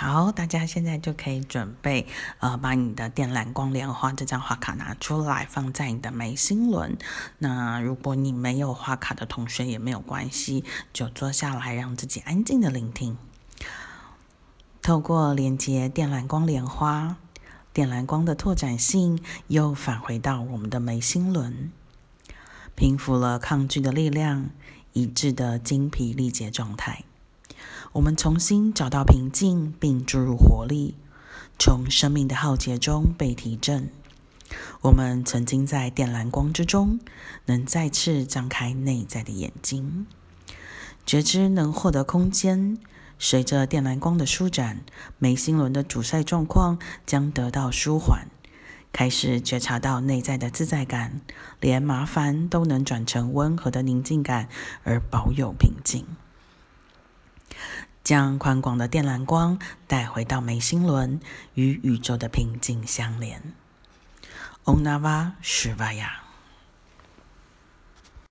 好，大家现在就可以准备把你的靛蓝光莲花这张画卡拿出来，放在你的眉心轮。那如果你没有画卡的同学也没有关系，就坐下来让自己安静的聆听。透过连接靛蓝光莲花，靛蓝光的拓展性又返回到我们的眉心轮，平复了抗拒的力量，一致的精疲力竭状态。我们重新找到平静，并注入活力，从生命的浩劫中被提振。我们曾经在靛蓝光之中，能再次张开内在的眼睛，觉知能获得空间。随着靛蓝光的舒展，眉心轮的阻塞状况将得到舒缓，开始觉察到内在的自在感，连麻烦都能转成温和的宁静感，而保有平静。将宽广的靛蓝光带回到眉心轮，与宇宙的平静相连。Om Namah Shivaya。